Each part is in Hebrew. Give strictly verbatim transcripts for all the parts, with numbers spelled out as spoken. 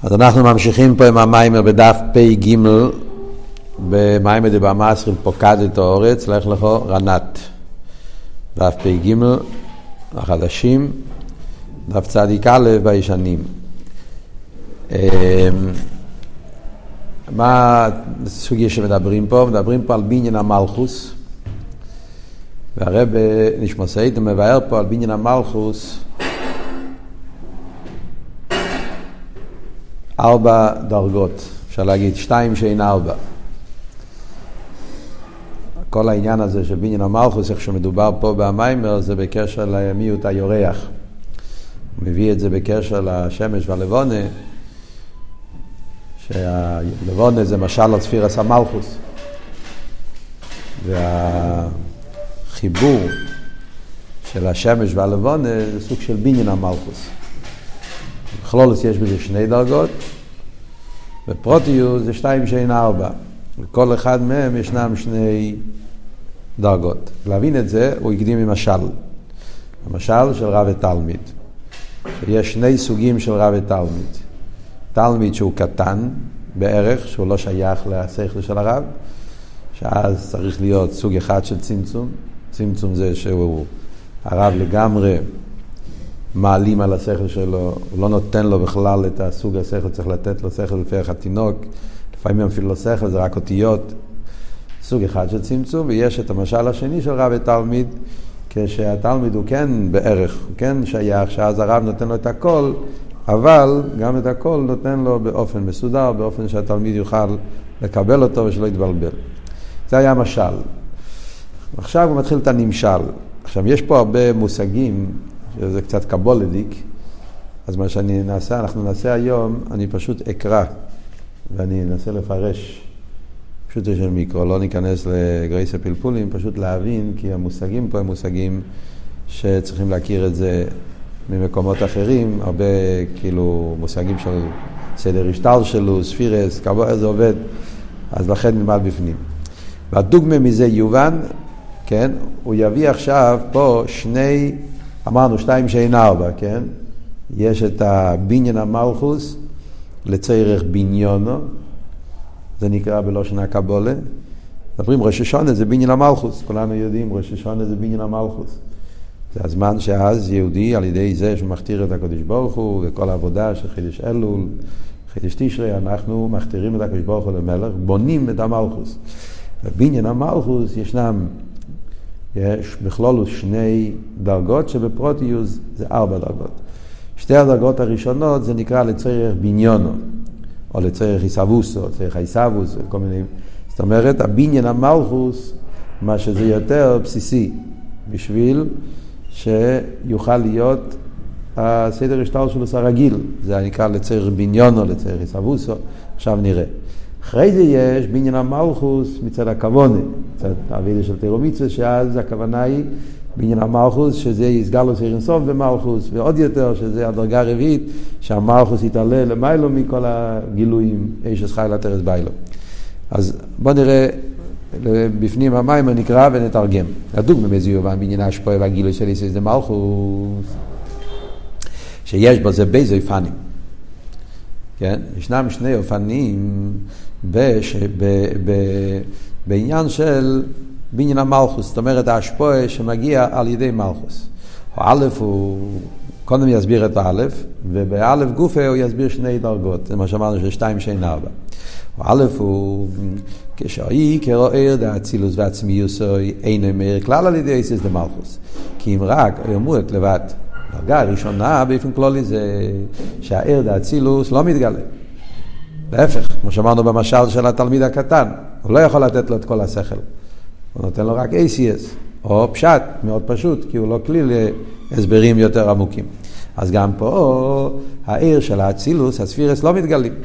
אז אנחנו ממשיכים פה עם המיימר בדף פי גימל במיימר דבא מסריל פוקדת האורץ, לך לכו רנת דף פי גימל החדשים, דף צדיק א' בישנים. מה הסוגיה שמדברים פה? מדברים פה על בניין המלכוס, והרב נשמע סייד מבאר פה על בניין המלכוס ארבע דרגות, אפשר להגיד שתיים שאין ארבע. כל העניין הזה של בניין המלכוס, איך שמדובר פה במיימר, זה בקשר לימיות היורח. הוא מביא את זה בקשר לשמש והלבונה, שהלבונה זה משל על ספירס המלכוס, והחיבור של השמש והלבונה זה סוג של בניין המלכוס. בכלולוס יש בזה שני דרגות, בפרוטיוס זה שתיים שאין ארבע. לכל אחד מהם ישנם שני דרגות. להבין את זה הוא הקדים עם משל. המשל של רב ותלמיד. יש שני סוגים של רב ותלמיד. תלמיד שהוא קטן בערך, שהוא לא שייך לשכל של הרב, שאז צריך להיות סוג אחד של צמצום. צמצום זה שהוא הרב לגמרי מעלים על השכל שלו, הוא לא נותן לו בכלל את הסוג השכל, צריך לתת לו שכל לפי התינוק, לפעמים אפילו לא שכל, זה רק אותיות, סוג אחד של צמצום. ויש את המשל השני של רב ותלמיד, כשהתלמיד הוא כן בערך, הוא כן שייך, שאז הרב נותן לו את הכל, אבל גם את הכל נותן לו באופן מסודר, באופן שהתלמיד יוכל לקבל אותו ושלא יתבלבל. זה היה משל. עכשיו הוא מתחיל את הנמשל. עכשיו יש פה הרבה מושגים, שזה קצת קבולדיק, אז מה שאני נעשה, אנחנו נעשה היום, אני פשוט אקרא, ואני אנסה לפרש, פשוט של מיקרו, לא ניכנס לגרייס הפלפולים, פשוט להבין, כי המושגים פה הם מושגים שצריכים להכיר את זה ממקומות אחרים, הרבה כאילו מושגים של סדר השטל שלו, ספירס, קבול, איזה עובד, אז לכן נלמד בפנים. והדוגמה מזה יובן, כן, הוא יביא עכשיו פה שני, אמרנו שתיים שאין ארבע, כן? יש את הבניין המלכוס לצורך בניונו, זה נקרא בלושן הקבולה. מדברים ראש השונה זה בניין המלכוס, כולנו יודעים ראש השונה זה בניין המלכוס. זה הזמן שאז יהודי על ידי זה שמכתיר את הקדוש ברוך הוא וכל העבודה של חידש אלול, חידש תשרי, אנחנו מכתירים את הקדוש ברוך הוא למלך, בונים את המלכוס. בבניין המלכוס ישנם יש בכלולוס שני דרגות, שבפרוטיוס זה ארבע דרגות. שתי הדרגות הראשונות זה נקרא לצורך בניונו, או לצורך היסבוסו, לצורך היסבוס, כל מיני. זאת אומרת, הבניין המלכוס, מה שזה יותר בסיסי, בשביל שיוכל להיות הסדר השטר שלו הרגיל. זה נקרא לצורך בניונו, לצורך היסבוסו. עכשיו נראה. אחרי זה יש בניין המלכוס מצד הכוונה, מצד העבידה של תירומיצה, שאז הכוונה היא בניין המלכוס, שזה יסגר לו סיר אינסוף במלכוס, ועוד יותר שזה הדרגה הרביעית, שהמלכוס יתעלה למיילו מכל הגילויים, איש חי לתרס ביילו. אז בוא נראה בפנים המים נקרא ונתרגם. הדוגמה מזיובן בניין השפועה והגילוי של איסס דמלכוס, שיש בו זה באיזה אופנים. כן? ישנם שני אופנים בש... ב... ב... בעניין של בניין המלכוס, זאת אומרת ההשפועה שמגיע על ידי מלכוס. א' הוא קודם יסביר את א', ובא' גופה הוא יסביר שני דרגות, זה מה שאמרנו של שתיים שאין ארבע. א' הוא כשאי כרוער דאצילוס ועצמיוס אינו מאיר כלל על ידי איסס דמלכוס, כי אם רק יאמרו את לבד. דרגה הראשונה באופן כללי זה שהעיר דאצילוס לא מתגלה. להפך, כמו שאמרנו במשל של התלמיד הקטן, הוא לא יכול לתת לו את כל השכל. הוא נותן לו רק איי סי אס, או פשט, מאוד פשוט, כי הוא לא כלי להסברים יותר עמוקים. אז גם פה העיר של האצילוס, הספירס לא מתגלים.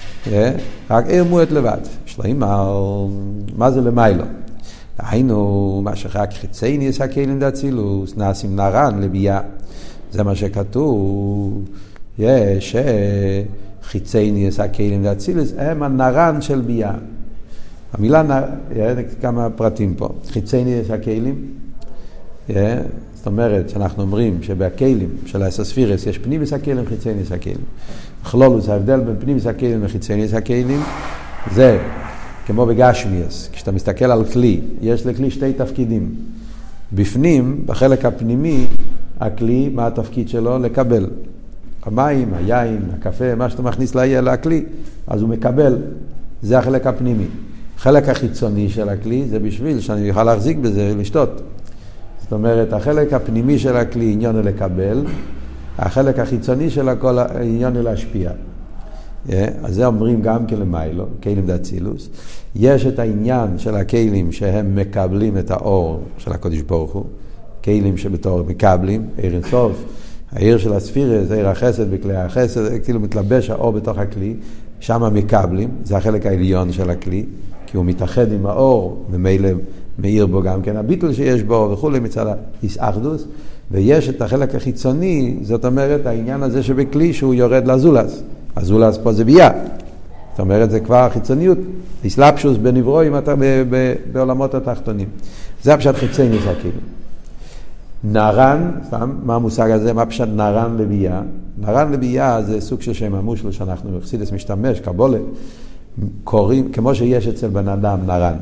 רק עיר מועט לבד. יש לו אימר, מה זה למיילו? היינו, מה שחק חיצי ניס הכלים דאצילוס, נעשים נרן לבייה. זה מה שכתוב, יש חיצי ניס הכלים דאצילוס, הם הנרן של בייה. המילה, כמה פרטים פה. חיצי ניס הכלים, Yeah. זאת אומרת שאנחנו אומרים שבכלים של האסוספירס יש פנימיס הכלים חיצייניס הכלים. בכלולוס ההבדל בין פנימיס הכלים וחיצייניס הכלים זה כמו בגשמיאס, כשאתה מסתכל על כלי, יש לכלי שתי תפקידים. בפנים, בחלק הפנימי, הכלי, מה התפקיד שלו? לקבל. המים, היין, הקפה, מה שאתה מכניס לכלי, אז הוא מקבל. זה החלק הפנימי. החלק החיצוני של הכלי זה בשביל שאני אוכל להחזיק בזה ולשתות. זאת אומרת, החלק הפנימי של הכלי עניין הוא לקבל, החלק החיצוני של הכל עניין הוא להשפיע. Yeah, אז זה אומרים גם כן למיילו, כלים דאצילוס. יש את העניין של הכלים שהם מקבלים את האור של הקדוש ברוך הוא, כלים שבתור מקבלים, עיר אינסוף, העיר של הספירה, זה עיר החסד בכלי החסד, כאילו מתלבש האור בתוך הכלי, שם מקבלים, זה החלק העליון של הכלי, כי הוא מתאחד עם האור, ומילא מאיר בו גם כן הביטול שיש בו וכו' מצד האחדוס, ויש את החלק החיצוני, זאת אומרת העניין הזה שבכלי שהוא יורד לזולס. הזולס פה זה בייה. זאת אומרת, זה כבר חיצוניות. איסלאפשוס בנברואים בעולמות התחתונים. זה הפשט חיצוני כאילו. נרן, סתם, מה המושג הזה? מה פשט נרן לבייה? נרן לבייה זה סוג של שם המושל שאנחנו בחסידות משתמש, קבולה, קוראים, כמו שיש אצל בן אדם נרן.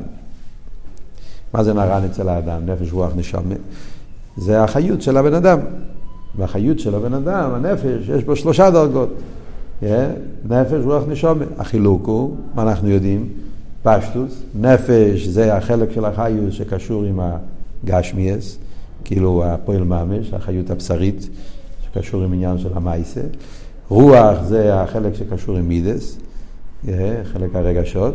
מה זה נרן אצל האדם? נפש, רוח, נשמה. זה החיות של הבן אדם. והחיות של הבן אדם, הנפש, יש בו שלושה דרגות. Yeah, נפש, רוח, נשמה. החילוק הוא, מה אנחנו יודעים? פשטוס. נפש זה החלק של החיות שקשור עם הגשמיאס, כאילו הפועל ממש, החיות הבשרית, שקשור עם עניין של המייסה. רוח זה החלק שקשור עם מידס, yeah, חלק הרגשות.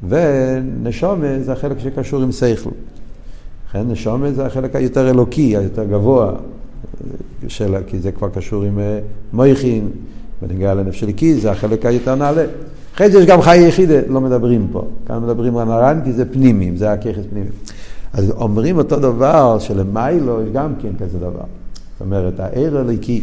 ונשמה זה החלק שקשור עם שכל. לכן נשמה זה החלק היותר אלוקי, היותר גבוה, של, כי זה כבר קשור עם מויכין, בנגיע לנפש אליקי, זה החלק היותר נעלה. אחרי זה יש גם חיי יחידה, לא מדברים פה. כאן מדברים על נרן, כי זה פנימיים, זה הכיחס פנימיים. אז אומרים אותו דבר, שלמיילו יש גם כן כזה דבר. זאת אומרת, העיר אליקי,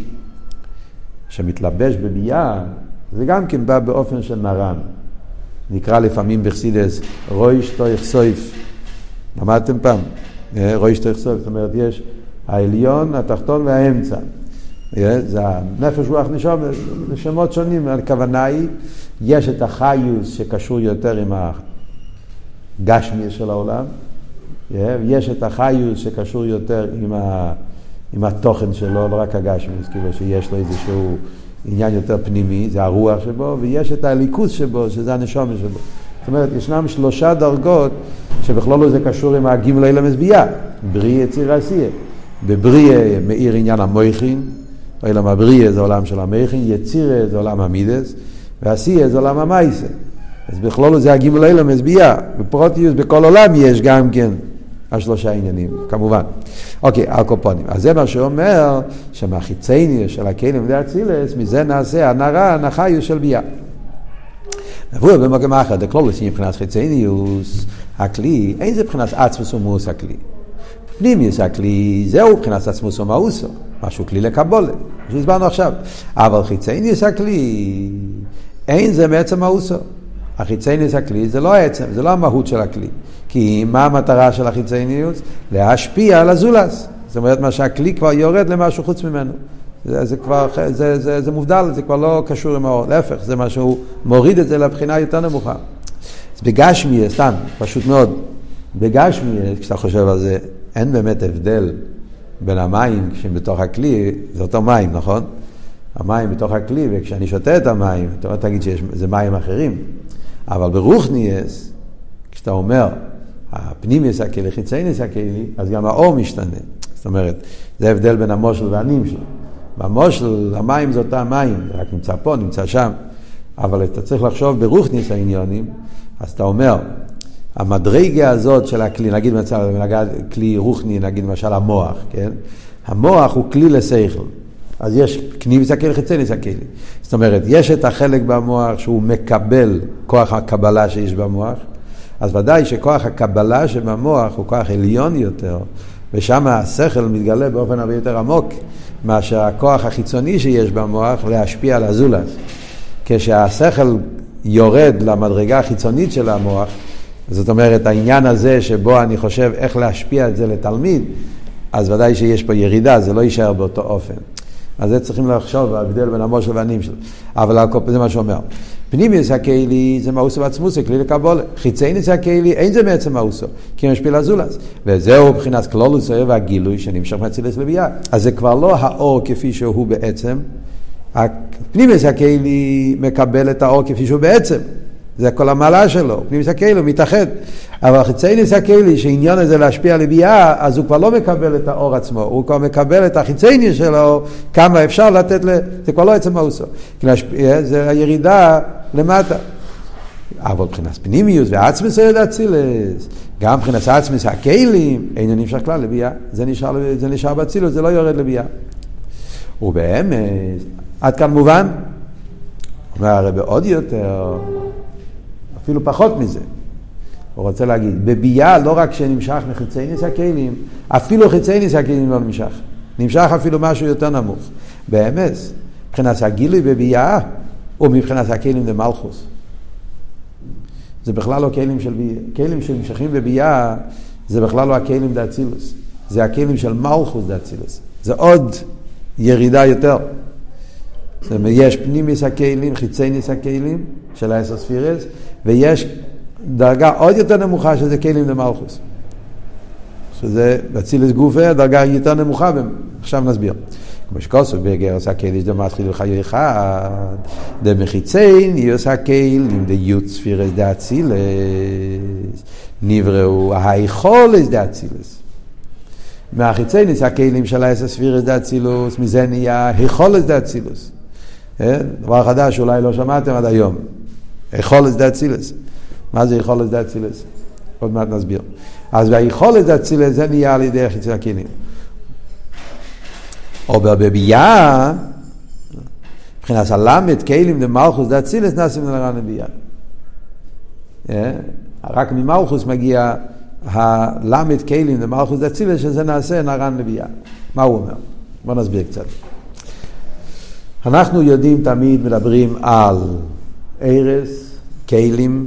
שמתלבש בבייה, זה גם כן בא באופן של נרן. נקרא לפעמים בחסידות, רויש תויך סויף. למדתם פעם? רויש תויך סויף, זאת אומרת, יש העליון, התחתון והאמצע. זה הנפש רוח נשמה, נשמות שונים. הכוונה היא, יש את החיוס שקשור יותר עם הגשמי של העולם, יש את החיוס שקשור יותר עם, ה, עם התוכן שלו, לא רק הגשמי, כאילו שיש לו איזשהו עניין יותר פנימי, זה הרוח שבו, ויש את הליכוס שבו, שזה הנשמה שבו. זאת אומרת, ישנם שלושה דרגות שבכלול לא זה קשור עם הגמלה למסבייה, בריא יציר עשייה. בבריא מאיר עניין המויכין, עולם הבריא זה עולם של המויכין, יציר זה עולם המידס, ועשייה זה עולם המייסה. אז בכלול זה הגמלה למסבייה. בפרוטיוס בכל עולם יש גם כן השלושה עניינים, כמובן. אוקיי, הקופונים. אז זה מה שאומר, שמחיצייני של הכלים והאצילס, מזה נעשה הנרן, החיוס של בייה. נבוא במקום אחר, דקלולוס, מבחינת חיצייניוס, הכלי, אין זה מבחינת עצמוס ומאוס הכלי. פנימיוס הכלי, זהו מבחינת עצמוס ומאוסו, משהו כלי לקבולה, שהסברנו עכשיו. אבל חיצייניוס הכלי, אין זה מעצם מאוסו. החיצייניוס הכלי זה לא העצם, זה לא המהות של הכלי. כי מה המטרה של החיצייניוס? להשפיע על הזולס. זאת אומרת, מה שהכלי כבר יורד למשהו חוץ ממנו. זה, זה כבר, זה, זה, זה מובדל, זה כבר לא קשור עם האור. להפך, זה משהו, מוריד את זה לבחינה יותר נמוכה. אז בגשמי, סתם, פשוט מאוד, בגשמי, כשאתה חושב על זה, אין באמת הבדל בין המים, כשהם בתוך הכלי, זה אותו מים, נכון? המים בתוך הכלי, וכשאני שותה את המים, אתה לא תגיד שזה מים אחרים. אבל ברוחניאס, כשאתה אומר, הפנימיוס הכלי, חיצייניוס הכלי, אז גם האור משתנה. זאת אומרת, זה ההבדל בין המושל והנים שלו. במושל, המים זה אותם מים, זה רק נמצא פה, נמצא שם. אבל אתה צריך לחשוב ברוחניאס העניונים, אז אתה אומר, המדרגה הזאת של הכלי, נגיד מצב, כלי רוחני, נגיד למשל המוח, כן? המוח הוא כלי לשכל. אז יש פנימיוס הכלי, חיצייניוס הכלי. זאת אומרת, יש את החלק במוח שהוא מקבל כוח הקבלה שיש במוח, אז ודאי שכוח הקבלה שבמוח הוא כוח עליון יותר, ושם השכל מתגלה באופן הרבה יותר עמוק, מאשר הכוח החיצוני שיש במוח להשפיע על הזולס. כשהשכל יורד למדרגה החיצונית של המוח, זאת אומרת, העניין הזה שבו אני חושב איך להשפיע את זה לתלמיד, אז ודאי שיש פה ירידה, זה לא יישאר באותו אופן. אז זה צריכים לחשוב, ההבדל בין המושל והנים שלו. אבל זה מה שאומר. פנימיוס הכלי זה מאוסו ועצמוסו, כלי לקבולה. חיצייניס הכלי אין זה מעצם מאוסו, כי משפיע לזולס. וזהו בחינת כלולוס והגילוי שנמשך מאצילס לביאה. אז זה כבר לא האור כפי שהוא בעצם. פנימיוס הכלי מקבל את האור כפי שהוא בעצם. זה כל המעלה שלו. פנימיוס הכלי הוא מתאחד. אבל חיצייניס הכלי שעניין הזה להשפיע לביאה, אז הוא כבר לא מקבל את האור עצמו. הוא כבר מקבל את החיצייניס שלו, כמה אפשר לתת ל... זה כבר לא עצם מאוסו. זה הירידה למטה. אבל מבחינת פנימיוס ועצמס ירד אצילס, גם מבחינת עצמס הכלים, אין נמשך כלל לביאה. זה נשאר, זה נשאר באצילוס, זה לא יורד לביאה. ובאמת, עד כאן מובן? אומר הרב עוד יותר, אפילו פחות מזה. הוא רוצה להגיד, בביאה לא רק שנמשך מחיצייניס הכלים, אפילו חיצייניס הכלים לא נמשך. נמשך אפילו משהו יותר נמוך. באמת, מבחינת הגילוי בביאה, ומבחינת הכלים למלכוס. זה בכלל לא כלים של ביאה. כלים שנמשכים בביאה, זה בכלל לא הכלים דאצילוס. זה הכלים של מלכוס דאצילוס. זה עוד ירידה יותר. זאת אומרת, יש פנימיס הכלים, חיצייניס הכלים, של העשר ספירס, ויש דרגה עוד יותר נמוכה שזה כלים למלכוס. שזה באצילוס גופה, דרגה יותר נמוכה, עכשיו נסביר. כמו שכוסו בגר עושה כלים, זה מתחיל לחיו אחד, זה מחיציין, היא עושה כלים, זה י' ספירס דאצילס, נבראו היכולס דאצילס. מהחיצייניס הכלים של העשר ספירס דאצילוס, מזה נהיה היכולס דאצילוס. דבר חדש אולי לא שמעתם עד היום. היכולס דאצילס. מה זה היכולס דאצילס? עוד מעט נסביר. אז והיכולס דאצילס זה נהיה על ידי חיצי הכלים. או בביאה, מבחינת הלמד כלים למלכוס דאצילס נעשים לרן לביאה. רק ממלכוס מגיע הלמד כלים למלכוס דאצילס שזה נעשה נרן לביאה. מה הוא אומר? בוא נסביר קצת. אנחנו יודעים תמיד מדברים על ערס, כלים,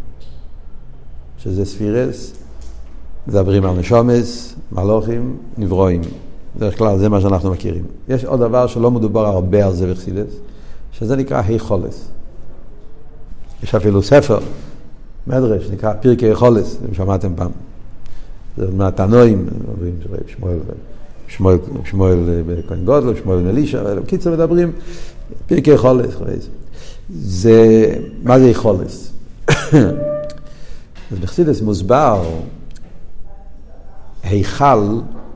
שזה ספירס, מדברים על נשומס, מלוכים, נברואים. בדרך כלל זה מה שאנחנו מכירים. יש עוד דבר שלא מדובר הרבה על זה בחסידות, שזה נקרא היכולס. יש אפילו ספר, מדרש, נקרא פרקי היכולס, אם שמעתם פעם. זה מהתנועים, מדברים שמואל, שמואל, שמואל בכהן גודל, שמואל אלישע, בקיצור מדברים פרקי היכולס. זה, מה זה היכולס? אז בחסידות מוסבר, היכל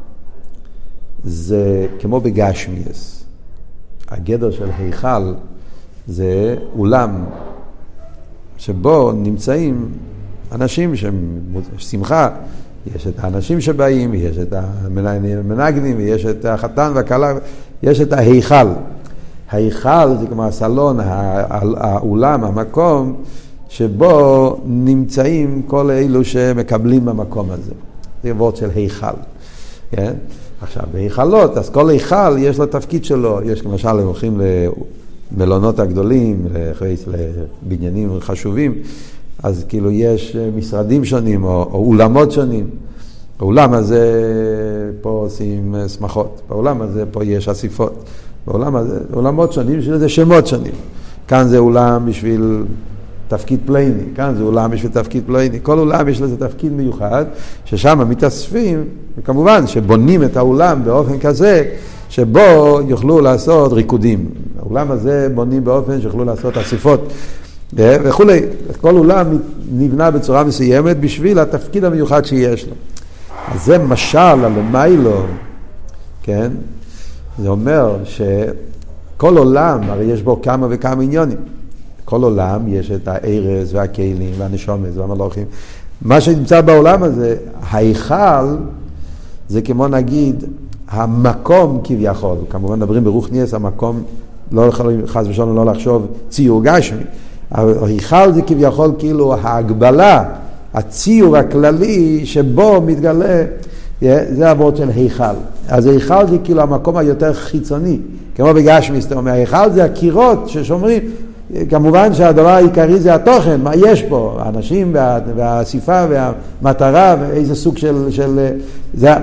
זה כמו בגשמיאס. הגדר של היכל זה אולם שבו נמצאים אנשים שהם שמחה, יש את האנשים שבאים, יש את המנגנים, יש את החתן והכלה, יש את ההיכל. ההיכל זה כמו הסלון, האולם, המקום שבו נמצאים כל אלו שמקבלים במקום הזה. זה וורד של היכל. כן? עכשיו, בהיכלות, אז כל היכל יש לו תפקיד שלו. יש למשל, הם הולכים למלונות הגדולים, לבניינים חשובים, אז כאילו יש משרדים שונים או, או אולמות שונים. באולם הזה פה עושים שמחות, באולם הזה פה יש אסיפות, באולם הזה, אולמות שונים שזה שמות שונים. כאן זה אולם בשביל תפקיד פלייני, כאן זה אולם בשביל תפקיד פלייני. כל אולם יש לזה תפקיד מיוחד, ששם מתאספים, וכמובן שבונים את האולם באופן כזה, שבו יוכלו לעשות ריקודים. האולם הזה בונים באופן שיוכלו לעשות אסיפות וכו'. כל אולם נבנה בצורה מסוימת בשביל התפקיד המיוחד שיש לו. אז זה משל על מיילו, כן? זה אומר שכל עולם, הרי יש בו כמה וכמה עניונים. כל עולם יש את הארז והכלים והנשומס והמלוכים. מה שנמצא בעולם הזה, ההיכל, זה כמו נגיד המקום כביכול. כמובן מדברים ברוך ניאס, המקום, לא יכולים חס ושלום לא לחשוב ציור גשמי. ההיכל זה כביכול כאילו ההגבלה, הציור הכללי שבו מתגלה, זה העבוד של היכל. אז ההיכל זה כאילו המקום היותר חיצוני, כמו בגשמי, זאת אומרת, ההיכל זה הקירות ששומרים, כמובן שהדבר העיקרי זה התוכן, מה יש פה, האנשים וה, והסיפה והמטרה ואיזה סוג של, של זה,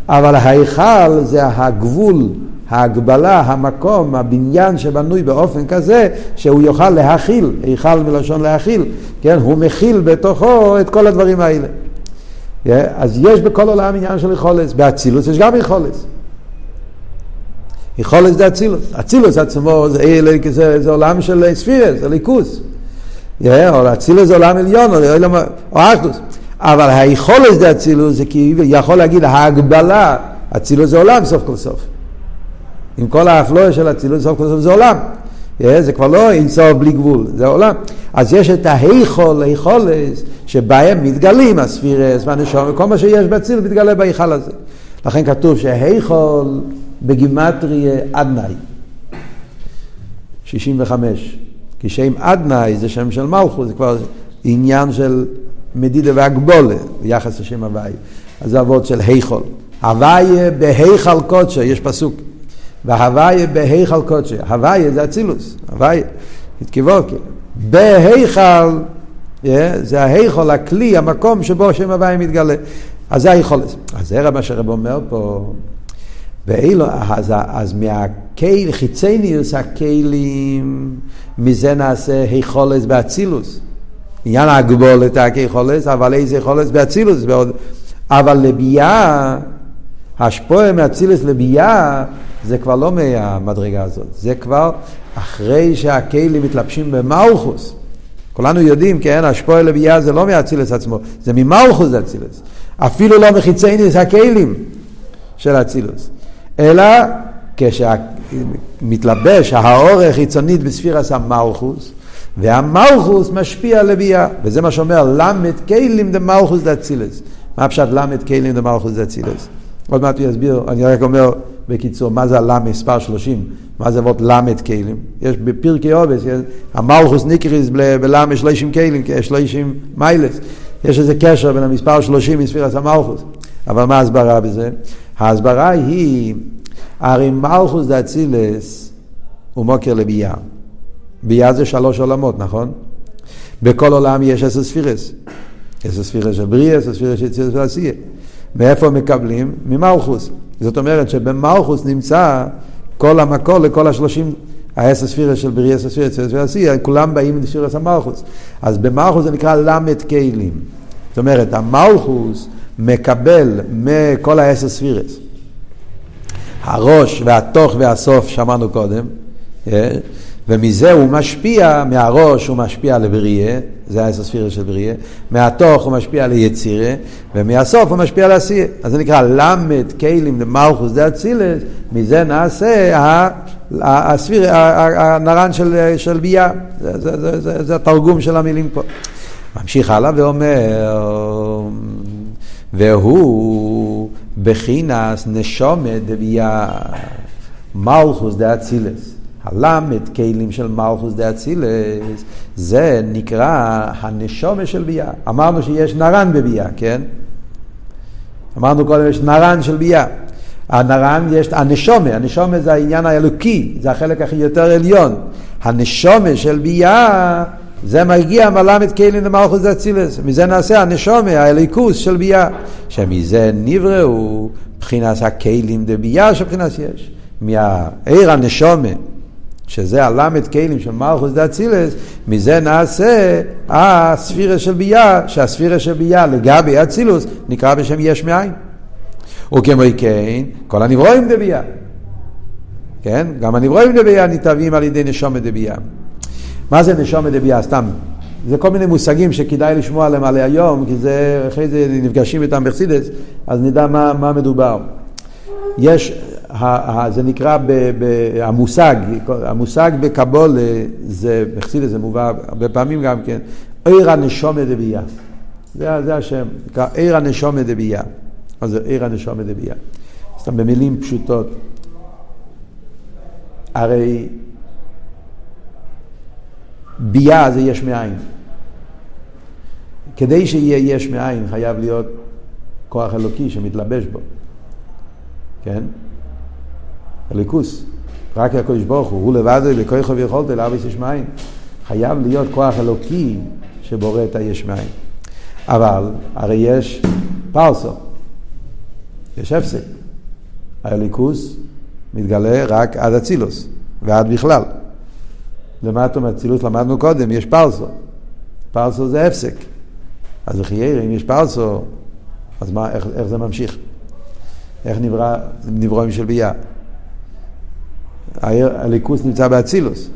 אבל ההיכל זה הגבול, ההגבלה, המקום, הבניין שבנוי באופן כזה שהוא יוכל להכיל, היכל מלשון להכיל, כן? הוא מכיל בתוכו את כל הדברים האלה. אז יש בכל עולם עניין של יכולת, באצילוס יש גם יכולת. יכולת זה אצילוס. אצילוס עצמו זה, זה, זה עולם של ספירס, זה ליכוס. או אצילוס זה עולם עליון, או אחדוס. אבל היכולת זה אצילוס, זה כי יכול להגיד ההגבלה, אצילוס זה עולם סוף כל סוף. עם כל האפלואה של אצילוס סוף כל סוף זה עולם. זה כבר לא אינסוף בלי גבול, זה עולם. אז יש את ההיכול, היכולת, שבהם מתגלים הספירס והנשום, וכל מה שיש באצילוס מתגלה בהיכל הזה. לכן כתוב שההיכול בגימטריה אדנאי. שישים וחמש. כי שם אדנאי זה שם של מלכות, זה כבר עניין של מדידה והגבולה, ביחס לשם הוואי. אז זה עבוד של היכול. הוואי בהיכל קודשא, יש פסוק. והוואי בהיכל קודשא. הוואי זה אצילוס. הוואי, התכיבוקי. בהיכל, זה ההיכול, הכלי, המקום שבו שם הוואי מתגלה. אז זה היכולת. אז זה מה שרב אומר פה. ואילו, אז, אז מהקהל, חיצניוס הכלים, מזה נעשה היכולת באצילוס. עניין הגבולת היכולת, אבל איזה יכולת באצילוס. אבל לביאה, השפועה מאצילוס לביאה, זה כבר לא מהמדרגה הזאת. זה כבר אחרי שהכלים מתלבשים במלכוס. כולנו יודעים, כן, השפועה לביאה זה לא מאצילוס עצמו, זה ממלכוס זה אצילוס. אפילו לא מחיצניוס הכלים של אצילוס. אלא כשמתלבש האור החיצונית בספירס המלכוס, והמלכוס משפיע לביאה, וזה מה שאומר למד כלים דמלכוס דאצילוס. מה פשט למד כלים דמלכוס דאצילוס? עוד מעט הוא יסביר, אני רק אומר בקיצור, מה זה הלמד, מספר שלושים, מה זה עבוד למד כלים? יש בפרקי אובס, המלכוס נקריס בלמד שלושים כלים, שלושים מיילס, יש איזה קשר בין המספר שלושים מספירס המלכוס. אבל מה ההסברה בזה? ההסברה היא, הרי מלכוס דאצילס הוא מוקר לביאה. ביאה זה שלוש עולמות, נכון? בכל עולם יש עשר ספירס. עשר ספירס של בריאה, עשר ספירס של יצירה ועשייה. מאיפה מקבלים? ממלכוס. זאת אומרת שבמלכוס נמצא כל המקור לכל השלושים, העשר ספירס של בריאה, עשר ספירס של יצירה ועשייה, כולם באים מספירס המלכוס. אז במלכוס זה נקרא למד כלים. זאת אומרת, המלכוס מקבל מכל העשר ספירס. הראש והתוך והסוף שמענו קודם, ומזה הוא משפיע, מהראש הוא משפיע לבריאה, זה העשר ספירס של בריאה, מהתוך הוא משפיע ליצירה, ומהסוף הוא משפיע לעשייה. אז זה נקרא למד כלים למלכוס דאצילס, מזה נעשה הספיר, הנרן של, של ביאה. זה, זה, זה, זה, זה התרגום של המילים פה. ממשיך הלאה ואומר, והוא בחינס נשומת דבייה מלכוס דאצילס. הלמד כלים של מלכוס דאצילס, זה נקרא הנשומה של בייה. אמרנו שיש נרן בבייה, כן? אמרנו קודם יש נרן של בייה. הנרן יש הנשומה, הנשומה זה העניין האלוקי, זה החלק הכי יותר עליון. הנשומה של בייה, זה מגיע מלמד כלים למלכוס דאצילס. מזה נעשה הנשומה, האליקוס של בייה. שמזה נבראו בחינס הכלים דבייה שבחינס יש. מהעיר הנשומה, שזה הלמד כלים של מלכוס דאצילס, מזה נעשה הספירה של בייה, שהספירה של בייה לגבי אצילוס נקרא בשם יש מאין. וכמו כן, כל הנברואים דבייה. כן? גם הנברואים דבייה ניתבים על ידי נשומה דבייה. מה זה נשומה דבייה? סתם. זה כל מיני מושגים שכדאי לשמוע עליהם עלי היום, כי זה, אחרי זה נפגשים איתם בחסידות, אז נדע מה, מה מדובר. יש, זה נקרא ב, ב, המושג, המושג בקבולה, זה, בחסידות זה מובא הרבה פעמים גם כן, עיר הנשומה דבייה. זה, זה השם, נקרא עיר הנשומה דבייה. אז זה עיר הנשומה דבייה. סתם במילים פשוטות. הרי בייה זה יש מאין. כדי שיהיה יש מאין חייב להיות כוח אלוקי שמתלבש בו. כן? אליקוס. רק הקדוש ברוך הוא, הוא לבד בכוחו ויכולתו להרביץ יש מאין. חייב להיות כוח אלוקי שבורא את היש מאין. אבל הרי יש פרסו. יש הפסק. הליכוס מתגלה רק עד אצילוס, ועד בכלל. למטה מאצילוס למדנו קודם, יש פרסו. פרסו זה הפסק. אז לחיירה, אם יש פרסו, אז מה, איך, איך זה ממשיך? איך נברא, נברואים של בייה? הליכוס נמצא באצילוס.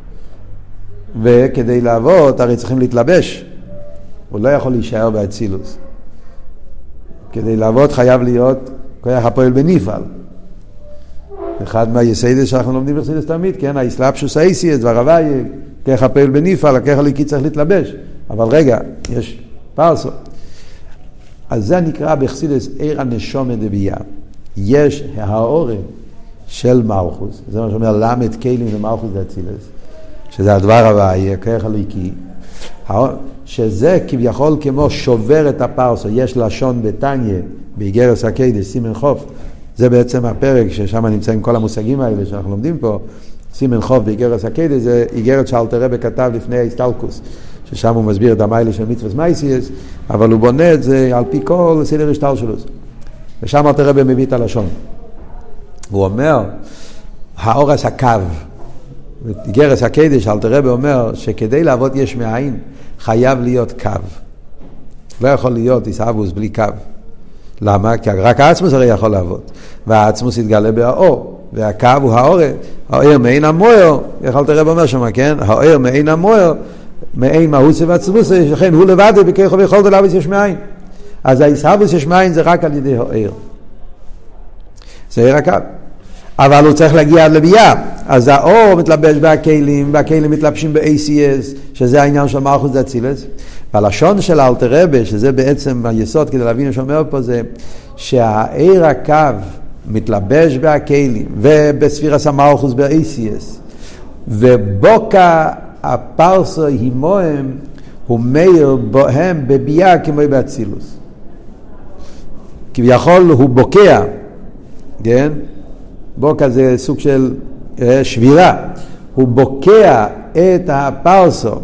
וכדי לעבוד, הרי צריכים להתלבש. הוא לא יכול להישאר באצילוס. כדי לעבוד חייב להיות כוח הפועל בניפעל. אחד מהיסיידס שאנחנו לומדים בחסידות תמיד, כן, האסלאפשוס האיסיאס, דבר הוואי, כוח הפועל בניפעל, הכוח הליקי צריך להתלבש. אבל רגע, יש פרסו. אז זה נקרא בחסידות עיר הנשומה דבייה. יש האורן של מלכוס, זה מה שאומר למד כלים למלכוס דאצילס, שזה הדבר הוואי, הכוח הליקי, שזה כביכול כמו שובר את הפרסו. יש לשון בתניה, באיגרס הקדש, סימן חוף, זה בעצם הפרק ששם נמצאים כל המושגים האלה שאנחנו לומדים פה. סימן חוף באיגרס הקדש זה איגרת שאלתר רבי כתב לפני ההסתלקוס, ששם הוא מסביר את המיילה של מצוות מייסיאס, אבל הוא בונה את זה על פי כל סדר השטל שלו, ושם אלתר רבי מביא את הלשון. הוא אומר, האורס הקו, איגרס הקדש, אלתר רבי אומר שכדי לעבוד יש מאין, חייב להיות קו. לא יכול להיות איסאבוס בלי קו. למה? כי רק העצמוס הרי יכול לעבוד. והעצמוס יתגלה באור. והקו הוא האור. האור מעין המויר. איך אלתר רבי אומר שם, כן? האור מעין המויר. מעין מהות ועצמוס. לכן הוא לבד בכך ויכולת להביס יש מאין. אז האיסאבוס יש מאין זה רק על ידי האור. זה עיר הקו. אבל הוא צריך להגיע עד לבייה. אז האור מתלבש בהכלים, והכלים מתלבשים ב-איי סי אס, שזה העניין של מלכוס דאצילס. והלשון של אלתר רבי, שזה בעצם היסוד כדי להבין שאומר פה, זה שהעיר הקו מתלבש בהכלים, ובספירס המלכוס ב-איי סי אס, ובוקה הפרסו הימוהם, הוא מאיר בהם בבייה כמו באצילוס. כביכול הוא בוקע, כן? בוקע זה סוג של שבירה. הוא בוקע את הפרסו.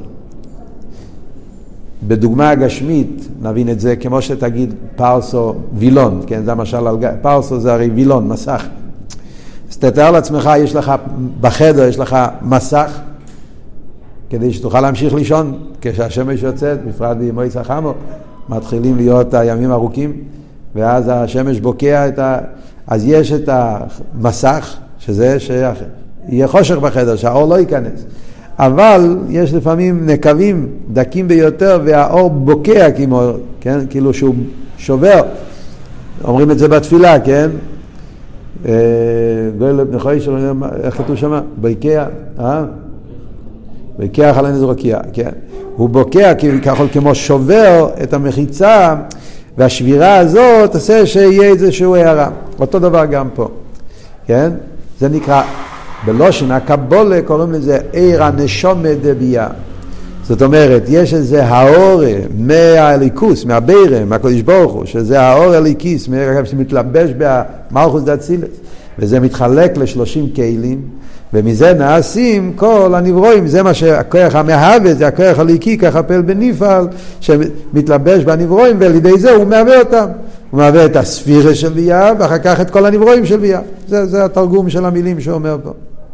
בדוגמה הגשמית נבין את זה כמו שתגיד פרסו וילון, כן? זה המשל על פרסו, זה הרי וילון, מסך. אז תתאר לעצמך, יש לך בחדר, יש לך מסך, כדי שתוכל להמשיך לישון כשהשמש יוצאת, בפרט במועד החמו, מתחילים להיות הימים ארוכים, ואז השמש בוקע את ה... אז יש את המסך, שזה שיהיה חושך בחדר, שהאור לא ייכנס. אבל יש לפעמים נקבים דקים ביותר, והאור בוקע כמו, כן? כאילו שהוא שובר. אומרים את זה בתפילה, כן? איך כתוב שם? בוקע, אה? בוקע חלן איזה רוקיע, כן? הוא בוקע ככל כמו שובר את המחיצה, והשבירה הזאת עושה שיהיה איזשהו הערה. אותו דבר גם פה, כן? זה נקרא, בלושן הקבולה קוראים לזה עיר הנשומה דבייה. זאת אומרת, יש איזה האור מהליכוס, מהבירה, מהקדוש ברוך הוא, שזה האור הליקיס, שמתלבש במלכוס דאצילס, וזה מתחלק לשלושים כלים, ומזה נעשים כל הנברואים. זה מה שהכוח המהווה, זה הכוח הליקי, ככה פועל בניפעל, שמתלבש בנברואים, ועל ידי זה הוא מהווה אותם. הוא מהווה את הספירה של בייה, ואחר כך את כל הנברואים של בייה. זה, זה התרגום של המילים שאומר פה.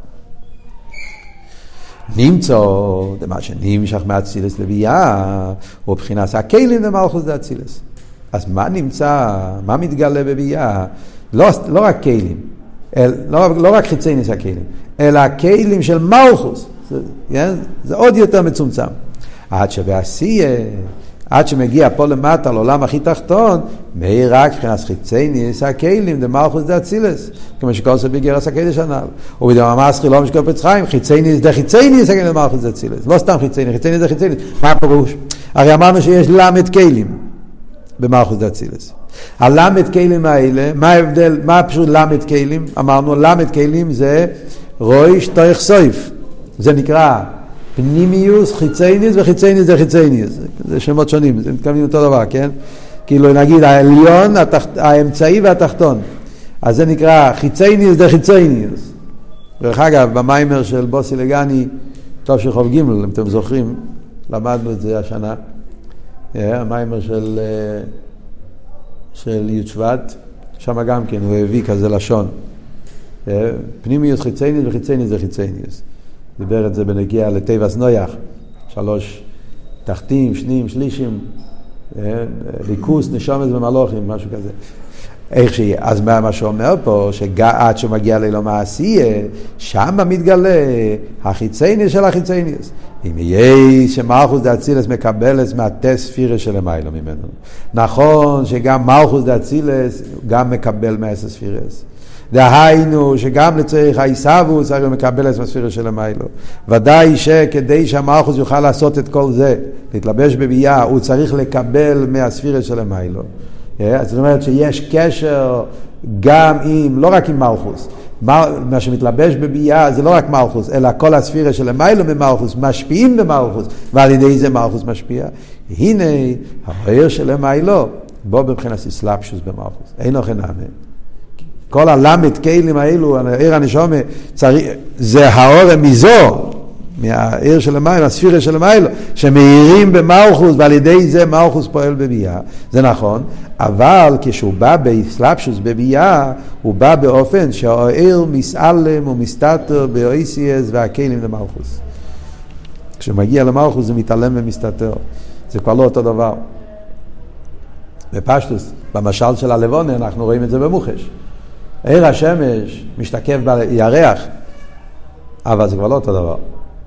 נמצא, זה מה שנמשך מאצילס לבייה, הוא בחינת הכלים למלכוס דאצילס. אז מה נמצא, מה מתגלה בבייה? לא, לא רק כלים, אל, לא, לא רק חיצי ניס הכלים, אלא הכלים של מלכוס. זה, כן? זה עוד יותר מצומצם. עד שבעשייה, עד שמגיע פה למטה לעולם הכי תחתון, מהי רק מבחינת חיצי ניס הכלים למלכוס דאצילס, כמו שכל זה בגרס הקדש הנ"ל. ובדם המסחי לא משקול פצחיים, חיצי ניס דה חיצי ניס הכלים למלכוס דאצילס. לא סתם חיצי ניס, חיצי ניס דה חיצי ניס. מה הפירוש? הרי אמרנו שיש למד כלים במלכוס דאצילס. הלמד כלים האלה, מה ההבדל, מה פשוט למד כלים? אמרנו למד כלים זה רויש תויך סויף. זה נקרא פנימיוס, חיצייניס וחיצייניס זה חיצייניס. זה שמות שונים, זה מתכוונים אותו דבר, כן? כאילו נגיד העליון, התחת, האמצעי והתחתון. אז זה נקרא חיצייניס זה חיצייניס. דרך אגב, במיימר של בוסי לגני, טוב של חוב ג' אם אתם זוכרים, למדנו את זה השנה. המיימר של... של י' שבט, שם גם כן הוא הביא כזה לשון. פנימיוס חיצייניוס וחיצייניוס זה חיצייניוס. דיבר את זה בנגיע לטבעס נויח, שלוש תחתים, שנים, שלישים, ליכוס, נשומת ומלוכים, משהו כזה. איך שיהיה. אז מה, מה שאומר פה, שעד שמגיע לילו מעשייה, שם מתגלה החיצייניוס של החיצייניוס. אם יהיה שמלכוס דאצילס מקבלס מהתה ספירה של המיילו ממנו. נכון שגם מלכוס דאצילס גם מקבל מהעשר ספירס. דהיינו שגם לצריך הישאבוס הרי הוא מקבל את הספירה של המיילו. ודאי שכדי שהמלכוס יוכל לעשות את כל זה, להתלבש בבייה, הוא צריך לקבל מהספירה של המיילו. אז זאת אומרת שיש קשר גם עם, לא רק עם מלכוס, מה שמתלבש בבייה זה לא רק מלכוס, אלא כל הספירה של המיילו ממלכוס משפיעים במלכוס, ועל ידי זה מלכוס משפיע. הנה העיר של המיילו בוא בבחינת סלאפשוס במלכוס, אין לכם נאמן. כל הלמד כלים האלו, העיר הנשומה, זה האור מזו, מהעיר של המיילו, הספירה של המיילו, שמאירים במלכוס, ועל ידי זה מלכוס פועל בבייה. זה נכון, אבל כשהוא בא בסלאפשוס בבייה, הוא בא באופן שהעיר מסעלם ומסתתר באויסיאס והכלים למלכוס. כשמגיע למלכוס זה מתעלם ומסתתר. זה כבר לא אותו דבר. בפשטוס, במשל של הלבונה, אנחנו רואים את זה במוחש. עיר השמש משתקף בירח, אבל זה כבר לא אותו דבר.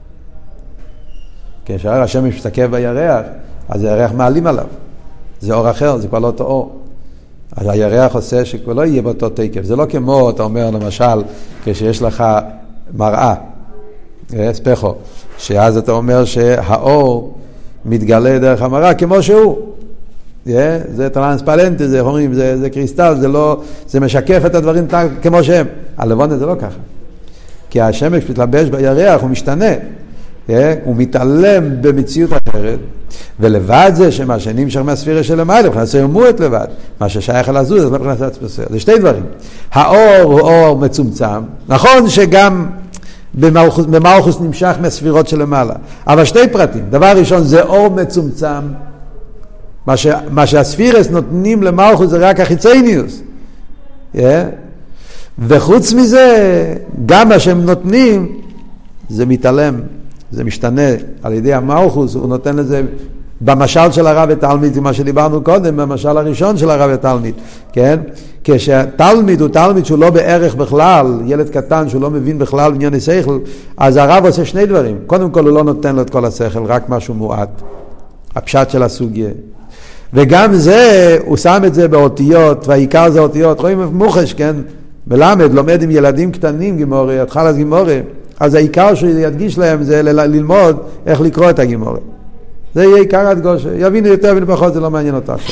כשעיר השמש משתקף בירח, אז הירח מעלים עליו. זה אור אחר, זה כבר לא אותו אור. אז הירח עושה שכבר לא יהיה באותו תקף. זה לא כמו, אתה אומר למשל, כשיש לך מראה, ספחו, שאז אתה אומר שהאור מתגלה דרך המראה כמו שהוא. Yeah, זה טרנספלנטי, זה, אומרים, זה, זה קריסטל, זה לא, זה משקף את הדברים כמו שהם. הלבונה זה לא ככה. כי השמש מתלבש בירח, הוא משתנה. Yeah, הוא מתעלם במציאות אחרת, ולבד זה שמה שנמשך מהספירה של המיילו, מבחינת סיימות לבד, מה ששייך על הזוז, זה לא מבחינת הספירה. זה שתי דברים. האור הוא אור מצומצם, נכון שגם במלכוס, במלכוס נמשך מהספירות של המעלה, אבל שתי פרטים. דבר ראשון זה אור מצומצם, מה, ש, מה שהספירס נותנים למלכוס זה רק החיצייניוס. Yeah. וחוץ מזה, גם מה שהם נותנים, זה מתעלם, זה משתנה על ידי המלכוס, הוא נותן לזה במשל של הרב ותלמיד, מה שדיברנו קודם, במשל הראשון של הרב ותלמיד, כן? כשתלמיד הוא תלמיד שהוא לא בערך בכלל, ילד קטן שהוא לא מבין בכלל עניין השכל, אז הרב עושה שני דברים. קודם כל הוא לא נותן לו את כל השכל, רק משהו מועט, הפשט של הסוגיה. וגם זה, הוא שם את זה באותיות, והעיקר זה אותיות. רואים מוחש, כן? מלמד, לומד עם ילדים קטנים גימורי, התחל אז גימורי. אז העיקר שהוא ידגיש להם זה ל- ללמוד איך לקרוא את הגימורי. זה יהיה עיקר הדגוש. יבינו יותר ופחות, זה לא מעניין אותה עכשיו.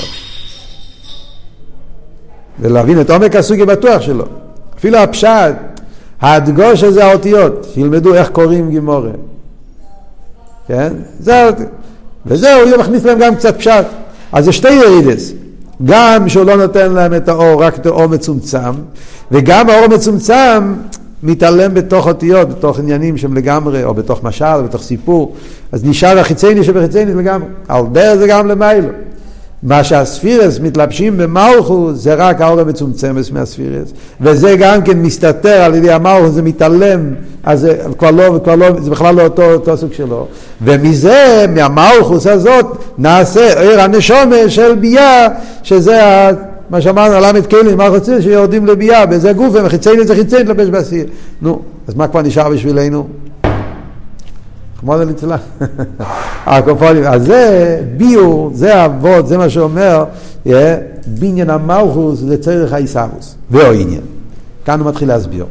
ולהבין את עומק הסוגיה בטוח שלו. אפילו הפשט, הדגוש הזה האותיות, שילמדו איך קוראים גימורי. כן? זה, וזהו, הוא מכניס להם גם קצת פשט. אז זה שתי ירידס, גם שהוא לא נותן להם את האור, רק את האור מצומצם, וגם האור מצומצם מתעלם בתוך אותיות, בתוך עניינים שהם לגמרי, או בתוך משל, או בתוך סיפור, אז נשאר החיצייני שבחיצייני לגמרי, על דרך זה גם למיילו. מה שהספירס מתלבשים במלכוס, זה רק האור המצומצמס מהספירס, וזה גם כן מסתתר על ידי המלכוס, זה מתעלם, אז זה, כבר לא, כבר לא, זה בכלל לא אותו, אותו סוג שלו. ומזה, מהמלכוס הזאת, נעשה עיר הנשומה של בייה, שזה מה שאמרנו, למד כלים, מה רוצים שיורדים לבייה, בזה גוף, וחיצייני זה חיצייני לבש בסיר. נו, אז מה כבר נשאר בשבילנו? כמו זה נצלה. הקופונים. אז זה ביור, זה אבות, זה מה שאומר, בניין המלכוס לצריך הישאבוס. ואו עניין. כאן הוא מתחיל להסביר.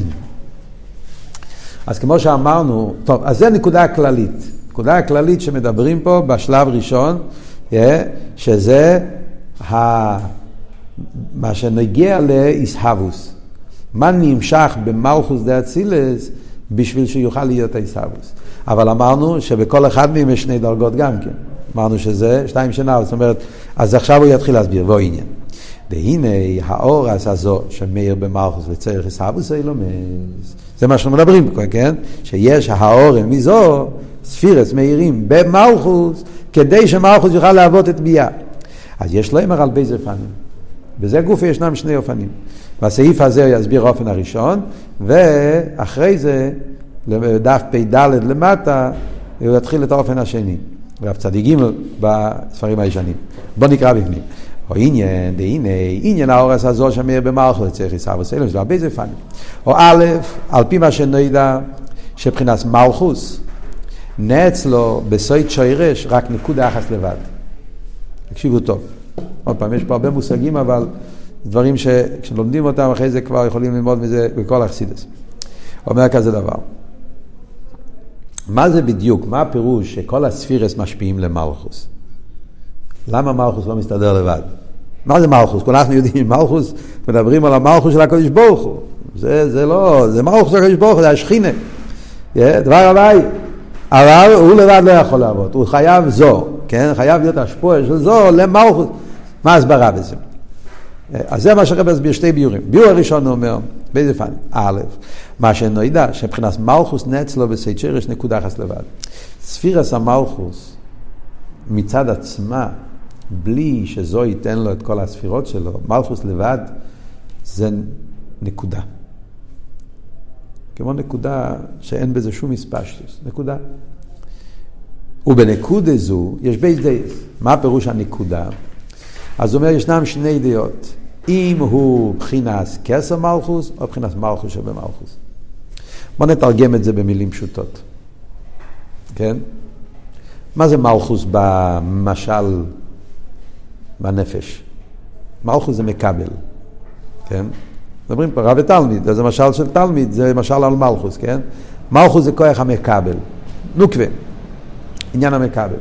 אז כמו שאמרנו, טוב, אז זה נקודה הכללית. נקודה הכללית שמדברים פה בשלב ראשון, שזה מה שנגיע להישאבוס. מה נמשך במלכוס דאצילס בשביל שיוכל להיות הישאבוס. אבל אמרנו שבכל אחד מהם יש שני דרגות גם כן. אמרנו שזה שתיים שנה, זאת אומרת, אז עכשיו הוא יתחיל להסביר, ואו עניין. והנה האור הזו שמאיר במלכוס וצריך הישאבוס אילומס. זה מה שאנחנו מדברים פה, כן? שיש האור מזו, ספירס מאירים במלכוס, כדי שמלכוס יוכל לעבוד את בייה. אז יש לו אמר על באיזה פנים. בזה גוף ישנם שני אופנים. בסעיף הזה הוא יסביר האופן הראשון, ואחרי זה, דף פ"ד למטה, הוא יתחיל את האופן השני. דף צדיק ג' בספרים הישנים. בוא נקרא בפנים. או עניין, דהנה, עניין האורס הזו שמיר במלכות, צריך לסעב וסלם, זה הרבה זה פנים. או א', על פי מה שנדע, שבחינת מלכוס, נאצלו בסוית שוירש, רק נקודה אחת לבד. תקשיבו טוב. עוד פעם, יש פה הרבה מושגים, אבל דברים שכשלומדים אותם, אחרי זה כבר יכולים ללמוד מזה בכל החסידות. אומר כזה דבר. מה זה בדיוק? מה הפירוש שכל הספירס משפיעים למלכוס? למה מלכוס לא מסתדר לבד? מה זה מלכוס? כל אנחנו יודעים, מלכוס, מדברים על המלכוס של הקדוש ברוך הוא. זה, זה לא, זה מלכוס של הקדוש ברוך הוא, זה השכינה. דבר הבאי. אבל הוא לבד לא יכול לעבוד, הוא חייב זו, כן? חייב להיות השפוע של זו למלכוס. מה הסברה בזה? אז זה מה שרב הסביר שתי ביורים. ביור הראשון הוא אומר, באיזה פן? א', מה שנדע, שבחינת מלכוס נאצלו בסייט שרש נקודה אחת לבד. ספירס המלכוס מצד עצמה, בלי שזו ייתן לו את כל הספירות שלו, מלכוס לבד, זה נקודה. כמו נקודה שאין בזה שום מספשטוס. נקודה. ובנקודה זו יש בייס דייס. מה הפירוש הנקודה? אז הוא אומר, ישנם שני דעות. אם הוא בחינת כסר מלכוס, או בחינת מלכוס שבמלכוס. בוא נתרגם את זה במילים פשוטות. כן? מה זה מלכוס במשל בנפש? מלכוס זה מקבל. כן? מדברים פה רב ותלמיד, זה משל של תלמיד, זה משל על מלכוס, כן? מלכוס זה כוח המקבל. נוקווה. עניין המקבל.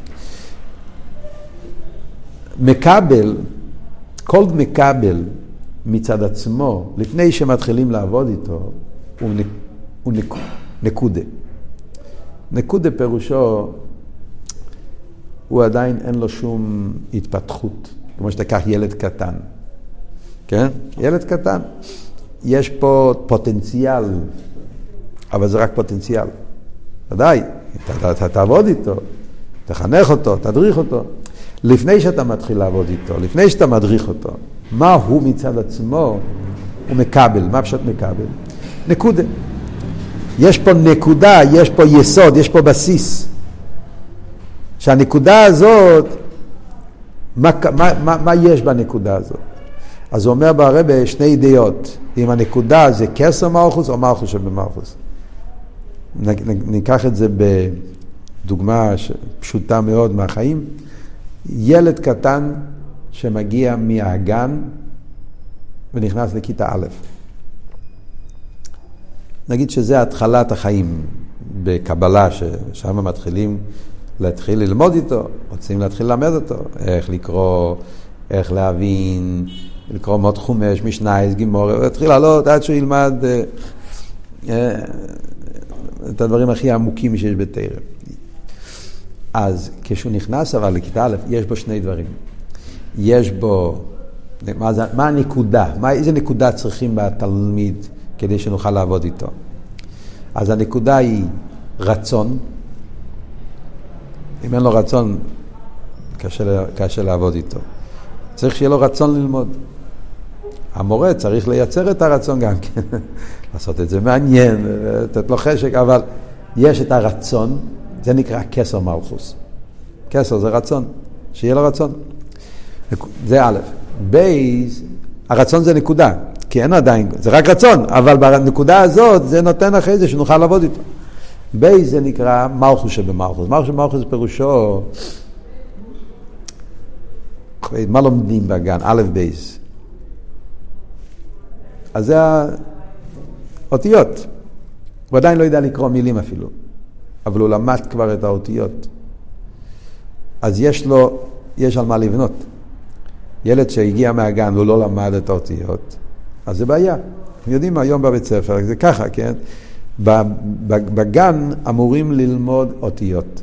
מקבל, כל מקבל מצד עצמו, לפני שמתחילים לעבוד איתו, הוא, נק, הוא נק, נקודה. נקודה פירושו, הוא עדיין אין לו שום התפתחות, כמו שתקח ילד קטן. כן? ילד קטן. יש פה פוטנציאל, אבל זה רק פוטנציאל. ודאי, אתה, אתה תעבוד איתו, תחנך אותו, תדריך אותו. לפני שאתה מתחיל לעבוד איתו, לפני שאתה מדריך אותו, מה הוא מצד עצמו? הוא מקבל. מה פשוט מקבל? נקודה. יש פה נקודה, יש פה יסוד, יש פה בסיס. שהנקודה הזאת, מה, מה, מה, מה יש בנקודה הזאת? אז הוא אומר ברבי שני דעות. אם הנקודה זה כסר מלכוס או מלכוס שבמלכוס. ניקח את זה בדוגמה פשוטה מאוד מהחיים. ילד קטן שמגיע מהגן ונכנס לכיתה א'. נגיד שזה התחלת החיים בקבלה, ששם מתחילים להתחיל ללמוד איתו, רוצים להתחיל ללמד אותו, איך לקרוא, איך להבין, לקרוא מות חומש, משנייס, גימור, הוא יתחיל לעלות עד שהוא ילמד אה, אה, את הדברים הכי עמוקים שיש בתורה. אז כשהוא נכנס אבל לכיתה א', יש בו שני דברים. יש בו, מה, זה, מה הנקודה? מה, איזה נקודה צריכים בתלמיד כדי שנוכל לעבוד איתו? אז הנקודה היא רצון. אם אין לו רצון, קשה, קשה לעבוד איתו. צריך שיהיה לו רצון ללמוד. המורה צריך לייצר את הרצון גם כן. לעשות את זה מעניין, לתת לו חשק, אבל יש את הרצון, זה נקרא כסר מלכוס. כסר זה רצון, שיהיה לו רצון. זה א'. בייס, הרצון זה נקודה, כי אין עדיין, זה רק רצון, אבל בנקודה הזאת זה נותן אחרי זה שנוכל לעבוד איתו. בייס זה נקרא מלכוס שבמלכוס. מלכוס שבמלכוס זה פירושו, מה לומדים בגן? א' בייס. אז זה האותיות. הוא עדיין לא יודע לקרוא מילים אפילו. אבל הוא למד כבר את האותיות. אז יש לו, יש על מה לבנות. ילד שהגיע מהגן והוא לא למד את האותיות, אז זה בעיה. אנחנו יודעים היום בבית ספר, זה ככה, כן? בגן אמורים ללמוד אותיות.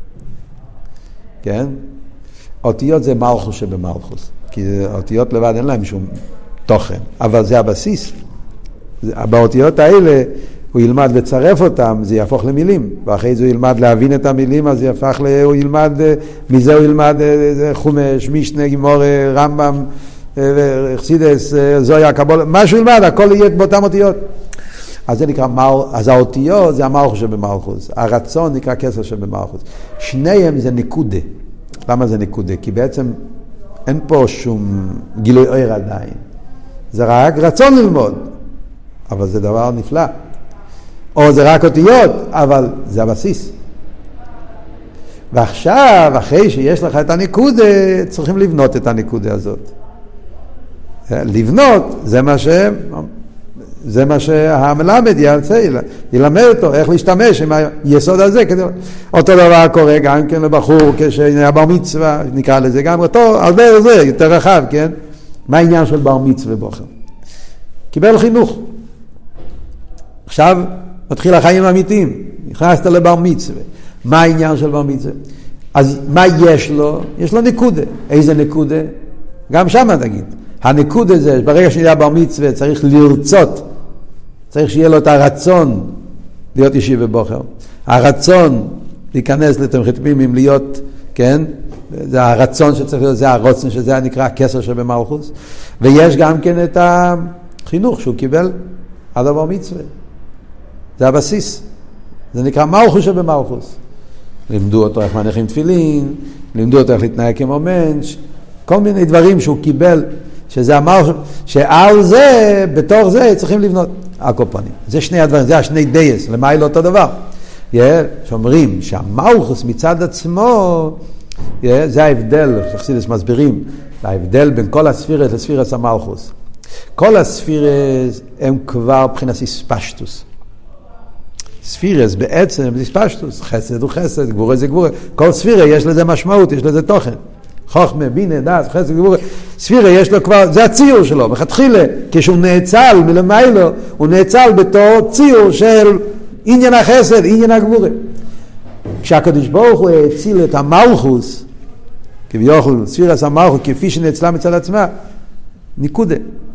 כן? אותיות זה מלכוס שבמלכוס. כי אותיות לבד אין להם שום תוכן. אבל זה הבסיס. באותיות האלה הוא ילמד וצרף אותם, זה יהפוך למילים. ואחרי זה הוא ילמד להבין את המילים, אז זה יהפך ל... הוא ילמד, מזה הוא ילמד חומש, משנה, גימור, רמב"ם, חסידס, זויה, קבולה, מה שהוא ילמד, הכל יהיה באותן אותיות. אז זה נקרא, אז האותיות זה המלכוס שבמלכוס, הרצון נקרא כסר שבמלכוס. שניהם זה נקודה. למה זה נקודה? כי בעצם אין פה שום גילוי עיר עדיין. זה רק רצון ללמוד, אבל זה דבר נפלא. או זה רק אותיות, אבל זה הבסיס. ועכשיו, אחרי שיש לך את הנקודה, צריכים לבנות את הנקודה הזאת. לבנות, זה מה ש... זה מה שהמלמד יעשה, ילמד אותו איך להשתמש עם היסוד הזה. כדי... אותו דבר קורה גם כן לבחור כשהיה בר מצווה, נקרא לזה גם אותו, הרבה זה יותר רחב, כן? מה העניין של בר מצווה בוחר? קיבל חינוך. עכשיו מתחיל החיים האמיתיים, נכנסת לבר מצווה. מה העניין של בר מצווה? אז מה יש לו? יש לו נקודה. איזה נקודה? גם שם נגיד. הנקודה זה, ברגע שנהיה בר מצווה צריך לרצות, צריך שיהיה לו את הרצון להיות אישי ובוחר. הרצון להיכנס לתמחית פנימיים, להיות, כן? זה הרצון שצריך להיות, זה הרוצן, שזה נקרא הכסר שבמלכוס. ויש גם כן את החינוך שהוא קיבל עד הבר מצווה. זה הבסיס. זה נקרא מלכוס שבמלכוס. לימדו אותו איך מניחים תפילין, לימדו אותו איך להתנהג כמו מנש, כל מיני דברים שהוא קיבל, שזה אמר, שעל זה, בתור זה, צריכים לבנות. הקופנים. זה שני הדברים, זה השני דייס, למה היא לא אותו דבר? Yeah, שאומרים שהמלכוס מצד עצמו, yeah, זה ההבדל, שחסידס מסבירים, ההבדל בין כל הספירס לספירס המלכוס. כל הספירס הם כבר מבחינת הספשטוס. ספירס בעצם זה הספשטוס, חסד הוא חסד, גבורה זה גבורה. כל ספירה יש לזה משמעות, יש לזה תוכן. חוכמה, בינה, דעת, חסד, גבורה. ספירה יש לו כבר, זה הציור שלו. בחתחילה, כשהוא נאצל מלמיילו, הוא נאצל בתור ציור של עניין החסד, עניין הגבורה. כשהקדוש ברוך הוא הציל את המלכוס, כביכול, ספירס המלכוס, כפי שנאצלה מצד עצמה, ניקודה.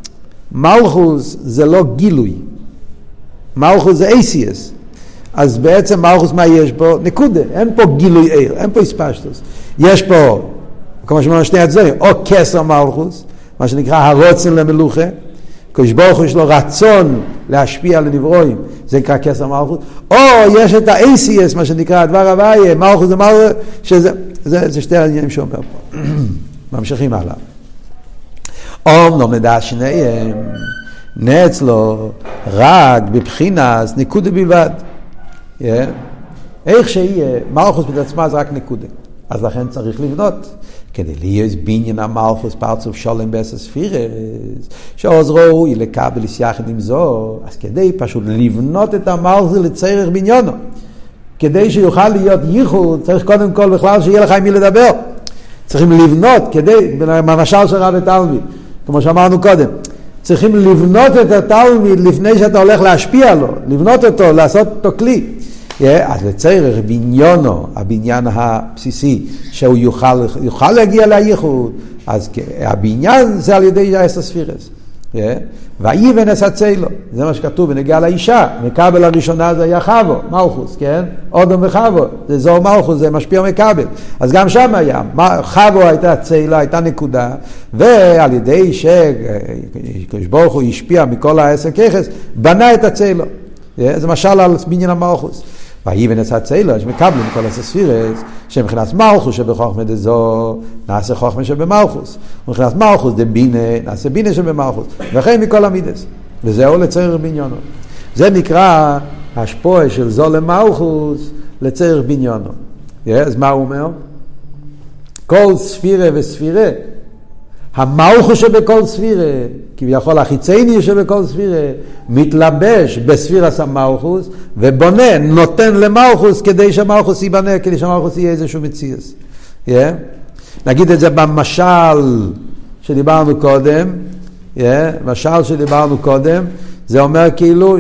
מלכוס זה לא גילוי. מלכוס זה אייסיאס. אז בעצם מלכוס מה יש פה? נקודה. אין פה גילוי עיר, אין פה הספשטוס. יש פה, כמו שאומרים שני הצדדים, או כסר מלכוס, מה שנקרא הרוצן למלוכה, קדוש ברוך הוא יש לו רצון להשפיע על הנברואים, זה נקרא כסר מלכוס, או יש את ה-אייסיאס, מה שנקרא הדבר הוויה, מלכוס זה מלכוס, שזה, זה, זה שתי העניינים שאומר פה. ממשיכים הלאה. אומנם נדע שניהם, נעץ לו רק בבחינס נקודה בלבד. Yeah. איך שיהיה, מלכוס בעצמה זה רק נקודה. אז לכן צריך לבנות. כדי להיות בניין המלכוס פרצוף שולם בעשר ספירס, שעוזרו היא לקבל יחד עם זו, אז כדי פשוט לבנות את המלכוס לצריך בניינו. כדי שיוכל להיות ייחוד, צריך קודם כל בכלל שיהיה לך עם מי לדבר. צריכים לבנות, כדי, במשל של רב ותלמיד, כמו שאמרנו קודם, צריכים לבנות את התלמיד לפני שאתה הולך להשפיע לו, לבנות אותו, לעשות אותו כלי. Yeah, אז לצריך בניינו, הבניין הבסיסי, שהוא יוכל, יוכל להגיע לייחוד, אז הבניין זה על ידי עשר ספירס. Yeah. ואיבן אסצי לו, זה מה שכתוב ונגיע לאישה, מקבל הראשונה זה היה חבו, מלכוס, כן? אודום וחבו, זה זו מלכוס, זה משפיע מקבל. אז גם שם היה, חבו הייתה ציילה, הייתה נקודה, ועל ידי שקדוש ברוך הוא השפיע מכל העשר ככס, בנה את הציילה. Yeah, זה משל על בניין המלכוס. ואיבן אסצי לו, שמקבלים כל עשר ספירס, שמכנס מלכוס שבחוכמה דזו, נעשה חוכמה שבמלכוס. ומכנס מלכוס דבינה, נעשה בינה שבמלכוס. וכן מכל המידס. וזהו לצריך בניינו. זה נקרא השפוע של זו למלכוס, לצריך בניינו. אז מה הוא אומר? כל ספירה וספירה, המלכוס שבכל ספירה, כביכול החיצייני שבכל ספירה, מתלבש בספירס המלכוס, ובונה, נותן למלכוס כדי שהמלכוס ייבנה, כדי שהמלכוס יהיה איזשהו מציאס. Yeah? נגיד את זה במשל שדיברנו קודם, yeah? משל שדיברנו קודם, זה אומר כאילו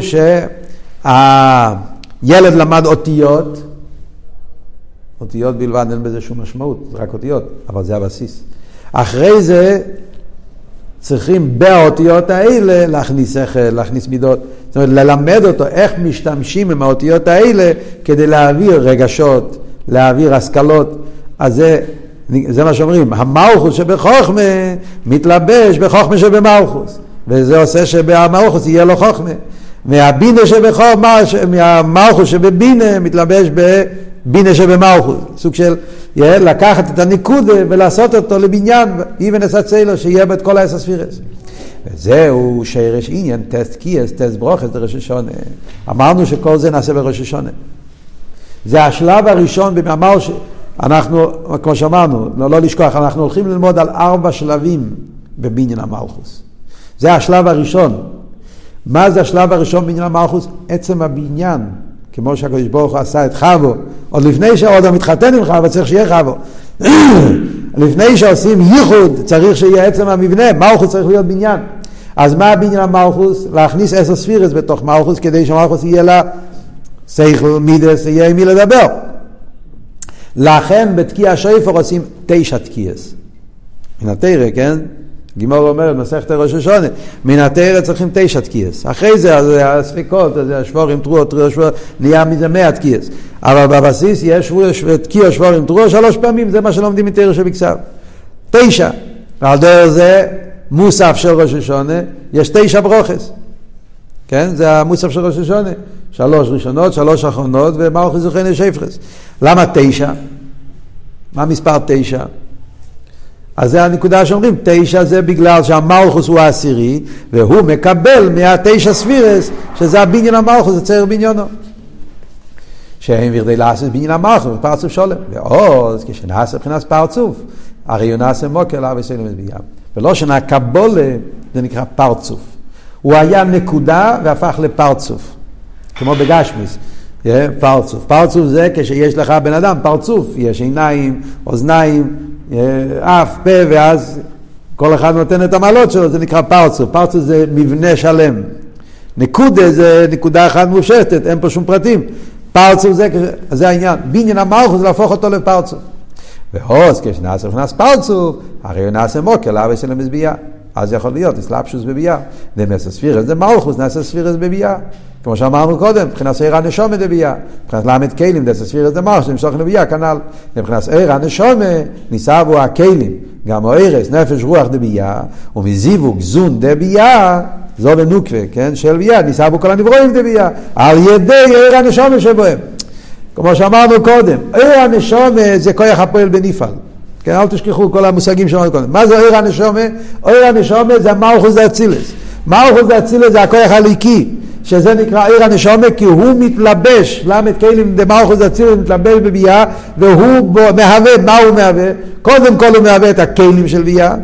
שהילד למד אותיות, אותיות בלבד, אין בזה שום משמעות, זה רק אותיות, אבל זה הבסיס. אחרי זה צריכים באותיות האלה להכניס שכל, להכניס מידות, זאת אומרת ללמד אותו איך משתמשים עם האותיות האלה כדי להעביר רגשות, להעביר השכלות. אז זה זה מה שאומרים, המלכוס שבחוכמה מתלבש בחוכמה שבמלכוס, וזה עושה שבמלכוס יהיה לו חוכמה. מהבינה שבחוכמה, מהמלכוס שבבינה מתלבש בבינה שבמלכוס. סוג של לקחת את הניקוד ולעשות אותו לבניין, איבן אסצלו, שיהיה בת כל העשר ספירס. וזהו שרש עניין, טסט קייס, טסט ברוכס, בראש השונה. אמרנו שכל זה נעשה בראש השונה. זה השלב הראשון במאמר שאנחנו, כמו שאמרנו, לא, לא לשכוח, אנחנו הולכים ללמוד על ארבע שלבים בבניין המלכוס. זה השלב הראשון. מה זה השלב הראשון בבניין המלכוס? עצם הבניין, כמו שהקדוש ברוך הוא עשה את חבו, עוד לפני שעוד מתחתן עם חבו, צריך שיהיה חבו. לפני שעושים ייחוד, צריך שיהיה עצם המבנה, מלכוס צריך להיות בניין. אז מה בניין המלכוס? להכניס עשר ספירס בתוך מלכוס, כדי שמלכוס יהיה לה שכל מידס, יהיה עם מי לדבר. לכן בתקיע השופר עושים תשע תקיעס. מן התורה, כן? גימור אומרת, מסכת ראש השונה, מן התורה צריכים תשע תקיעס. אחרי זה, אז הספיקות, אז השבורים תרועות, תרועות שבורים, נהיה מזה מאה תקיעס. אבל בבסיס יש תקיע שבורים תרועות שלוש פעמים, זה מה שלומדים מתורה שבכסף. תשע. על דרך זה, מוסף של ראש השונה, יש תשע ברוכס. כן? זה המוסף של ראש השונה. שלוש ראשונות, שלוש אחרונות, ומלכוס זוכן לשפרס. למה תשע? מה מספר תשע? אז זה הנקודה שאומרים, תשע זה בגלל שהמלכוס הוא העשירי, והוא מקבל מהתשע ספירס, שזה הבניין המלכוס, זה צער בניונו. שהם וירדי לעשות בניין המלכוס, פרצוף שולם. ועוז, כשנעשה מבחינת פרצוף, הרי הוא נעשה מוקר, אבי סלם את ביים. ולא שנקבולה, זה נקרא פרצוף. הוא היה נקודה והפך לפרצוף. כמו בגשמיס, פרצוף. פרצוף זה כשיש לך בן אדם, פרצוף, יש עיניים, אוזניים, אף, פה, ואז כל אחד נותן את המעלות שלו, זה נקרא פרצוף. פרצוף זה מבנה שלם. נקודה זה נקודה אחת מופשטת, אין פה שום פרטים. פרצוף זה, זה העניין. בניין המלכוס זה להפוך אותו לפרצוף. והוז, כשנעשה נכנס פרצוף, הרי נעשה מוקר, לאבי של המזבייה. אז יכול להיות, אסלאפשוס בבייה. דמס הספירס זה מלכוס, נעשה ספירס בבייה. כמו שאמרנו קודם, מבחינת עיר הנשומה דבייה. מבחינת למד כלים, דס הספירס זה מלכוס, נמשוך לבייה, כנ"ל. מבחינת עיר הנשומה, ניסבו הכלים. גם הערס, נפש רוח דבייה, ומזיווג זון דבייה, זו ונוקווה, כן? של בייה, ניסבו כל הנברואים דבייה. על ידי עיר הנשומה שבוהם. כמו שאמרנו קודם, עיר הנשומה זה כוח הפועל בנפעל. כן, אל תשכחו כל המושגים שאמרנו קודם. מה זה עיר הנשומה? עיר הנשומה זה מלכוס דאצילס. מלכוס דאצילס זה הכוח הליקי, שזה נקרא עיר הנשומה, כי הוא מתלבש, למד כלים דמלכוס דאצילס מתלבש בבייה, והוא מהווה, מה הוא מהווה? קודם כל הוא מהווה את הכלים של בייה,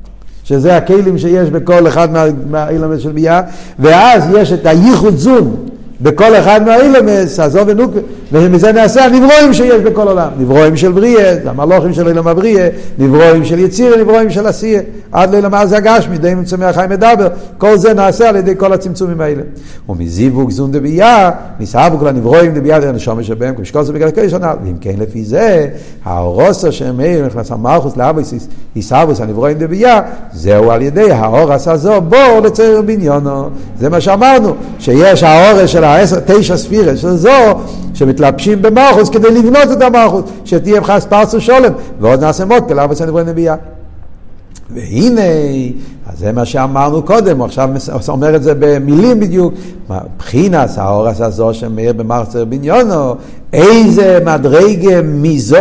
שזה הכלים שיש בכל אחד מהאילמס של בייה, ואז יש את הייחוד זון, בכל אחד מהאילמס, עזוב ונוק, ומזה נעשה הנברואים שיש בכל עולם. נברואים של בריאה, זה המלוכים של אילם הבריאה, נברואים של יציר, נברואים של עשייה, עד לאילם הזה הגשמי, די מצומח חי מדבר, כל זה נעשה על ידי כל הצמצומים האלה. ומזיווג זון דבייה, נסעבו כל הנברואים דבייה, זה נשום שבהם, כמו שכל זה בגלל כל שנה, ואם כן לפי זה, האורוסה שמאיר, נכנס המלכוס לאבויסיס, נסעבוס הנברואים דבייה, זהו על ידי האורס הזו, בוא לצייר בניונו. זה מה שאמרנו, שיש האורס של תשע ספירס, שזו שמתלבשים במלכוס כדי לבנות את המלכוס, שתהיה בחס פרצוף שולם, ועוד נעשה מוקר, לאבא שנברא נבייה. והנה, אז זה מה שאמרנו קודם, עכשיו אומר את זה במילים בדיוק, בחינס האורס הזו שמאיר במחצר בניונו, איזה מדרגה מזו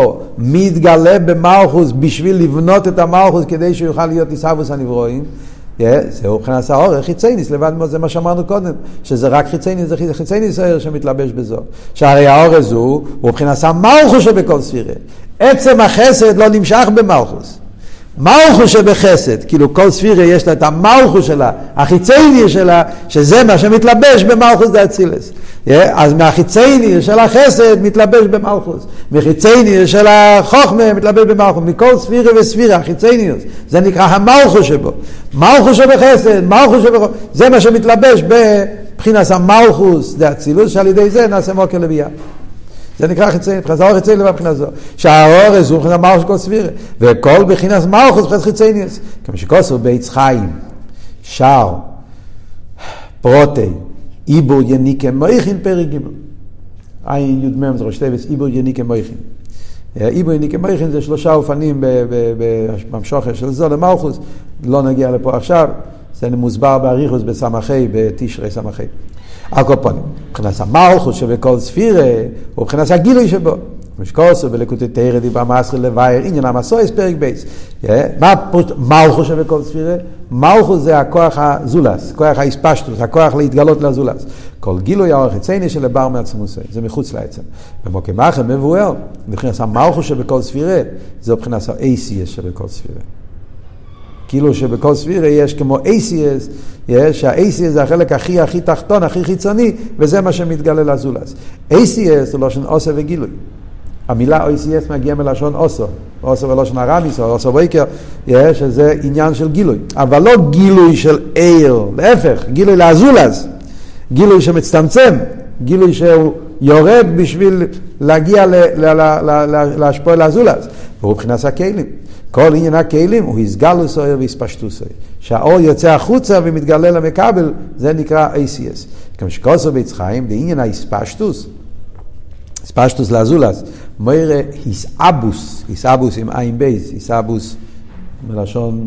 מתגלה במלכוס בשביל לבנות את המלכוס כדי שיוכל להיות ניסבוס הנברואים, זהו מבחינת האור, חיצייניס, לבד זה מה שאמרנו קודם, שזה רק חיצייניס, זה חיצייניס האור שמתלבש בזו. שהרי האור הזו הוא מבחינת המלכוס שבכל ספירה. עצם החסד לא נמשך במלכוס. מלכוס שבחסד, כאילו כל ספירה יש לה את המלכוס שלה, החיצייניס שלה, שזה מה שמתלבש במלכוס דאצילס. אז מהחיצייניס של החסד מתלבש במלכוס. מחיצייניס של החוכמה מתלבש במלכוס. מכל ספירה וספירה, החיצייניס, זה נקרא המלכוס שבו. מלכוס שבחסד, מלכוס שבחסד, זה מה שמתלבש בבחינת המלכוס דאצילוס, שעל ידי זה נעשה מוקר לבייה. זה נקרא חיצייניס, חזר חיצייניס לבחינה זו. שהאור זו מבחינת מלכוס כל ספירה. וכל בחינת מלכוס מבחינת חיצייניס. כמו שכוסו בעץ חיים, שר, פרוטי, איבור יניקה מויכין פרק גימל. עין יוד מם זה ראש טבס, איבור יניקה מויכין. עיבוי ניקי מייכין זה שלושה אופנים במשוחר של זו למלכוס, לא נגיע לפה עכשיו, זה מוסבר באריכוס בסמכי, בתשרי סמכי. על כל פנים, מבחינת המלכוס שבכל ספירה, הוא מבחינת הגילוי שבו. משקוסו בלקוטי תאיר דיבר מסחר לבייר, עניין המסויס פרק בייס. מה מלכוס שבכל ספירה? מלכוס זה הכוח הזולס, כוח ההספשטוס, הכוח להתגלות לזולס. כל גילוי האורך הציני של הבר מעצמוסי, זה מחוץ לעצם. במוקם אחר מבואר, מבחינת המלכוס שבכל ספירה, זה מבחינת ה-איי סי אס שבכל ספירה. כאילו שבכל ספירה יש כמו איי סי אס, שה-איי סי אס זה החלק הכי הכי תחתון, הכי חיצוני, וזה מה שמתגלה לזולס. איי סי אס זה לא של עושה וגילוי. המילה איי סי אס מגיעה מלשון אוסו, אוסו ולשון הרמיס, או אוסו וייקר, שזה עניין של גילוי. אבל לא גילוי של עיר, להפך, גילוי לאזולס, גילוי שמצטמצם, גילוי שהוא יורד בשביל להגיע להשפוע לאזולס. והוא מבחינת הכלים. כל עניין הכלים הוא הסגלוס אויר והספשטוס אויר. שהאור יוצא החוצה ומתגלה למקבל, זה נקרא איי סי אס. כמו שכוסו ביצחיים, בעניין ההספשטוס, הספשטוס לאזולס, מוירה היסאבוס, היסאבוס עם עין בייס, היסאבוס מלשון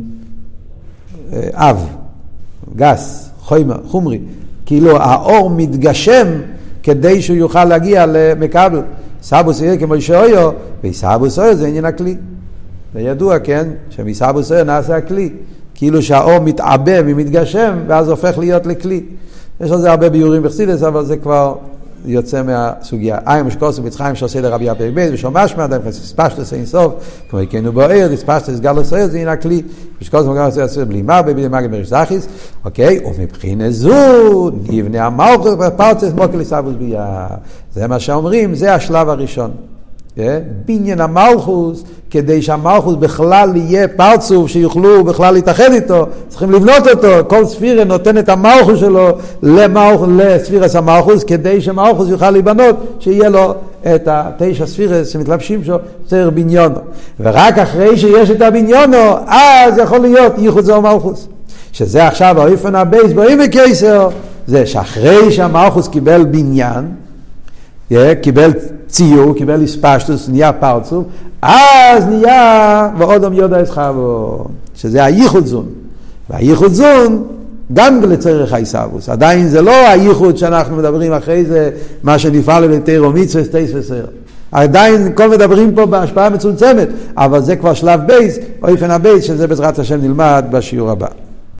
אב, גס, חומר, חומרי, כאילו האור מתגשם כדי שהוא יוכל להגיע למקבל. סאבוס יהיה כמו שאויו, והיסאבוס אויו זה עניין הכלי. זה ידוע, כן, שמסאבוס אויו נעשה הכלי, כאילו שהאור מתעבה ומתגשם, ואז הופך להיות לכלי. יש על זה הרבה ביורים בחסידות, אבל זה כבר יוצא מהסוגיה. איים משקוסו ביצחיים שעושה לרבי הפרק בית, ושומש מהדם, ספשטוס אין סוף, כמו הכינו באויר, ספשטוס גלוס אויר, זה הנה כלי. משקוסו גלוס אויר, בלי מה, בבידי מגן מריש זכיס, אוקיי, ומבחינה זו, נבנה המלכות, פרצס מוקל לסבוס ביה. זה מה שאומרים, זה השלב הראשון. בניין המלכוס, כדי שהמלכוס בכלל יהיה פרצוף שיוכלו בכלל להתאחד איתו, צריכים לבנות אותו. כל ספירה נותן את המלכוס שלו לספירס המלכוס, כדי שהמלכוס יוכל להיבנות, שיהיה לו את התשע ספירס שמתלבשים שו, צריך בניונו. ורק אחרי שיש את הבניונו, אז יכול להיות ייחוד זו מלכוס. שזה עכשיו האופן הבייס באים בקייסר, זה שאחרי שהמלכוס קיבל בניין, קיבל ציור, קיבל הספשטוס, נהיה פרצוף, אז נהיה ועודם יודע אסחבו, שזה הייחוד זון. והייחוד זון גם לצריך הישאבוס. עדיין זה לא הייחוד שאנחנו מדברים אחרי זה, מה שנפעל לתירו מצווה, סטייס וסר. עדיין כל מדברים פה בהשפעה מצומצמת, אבל זה כבר שלב בייס, או איפן הבייס, שזה בעזרת השם נלמד בשיעור הבא.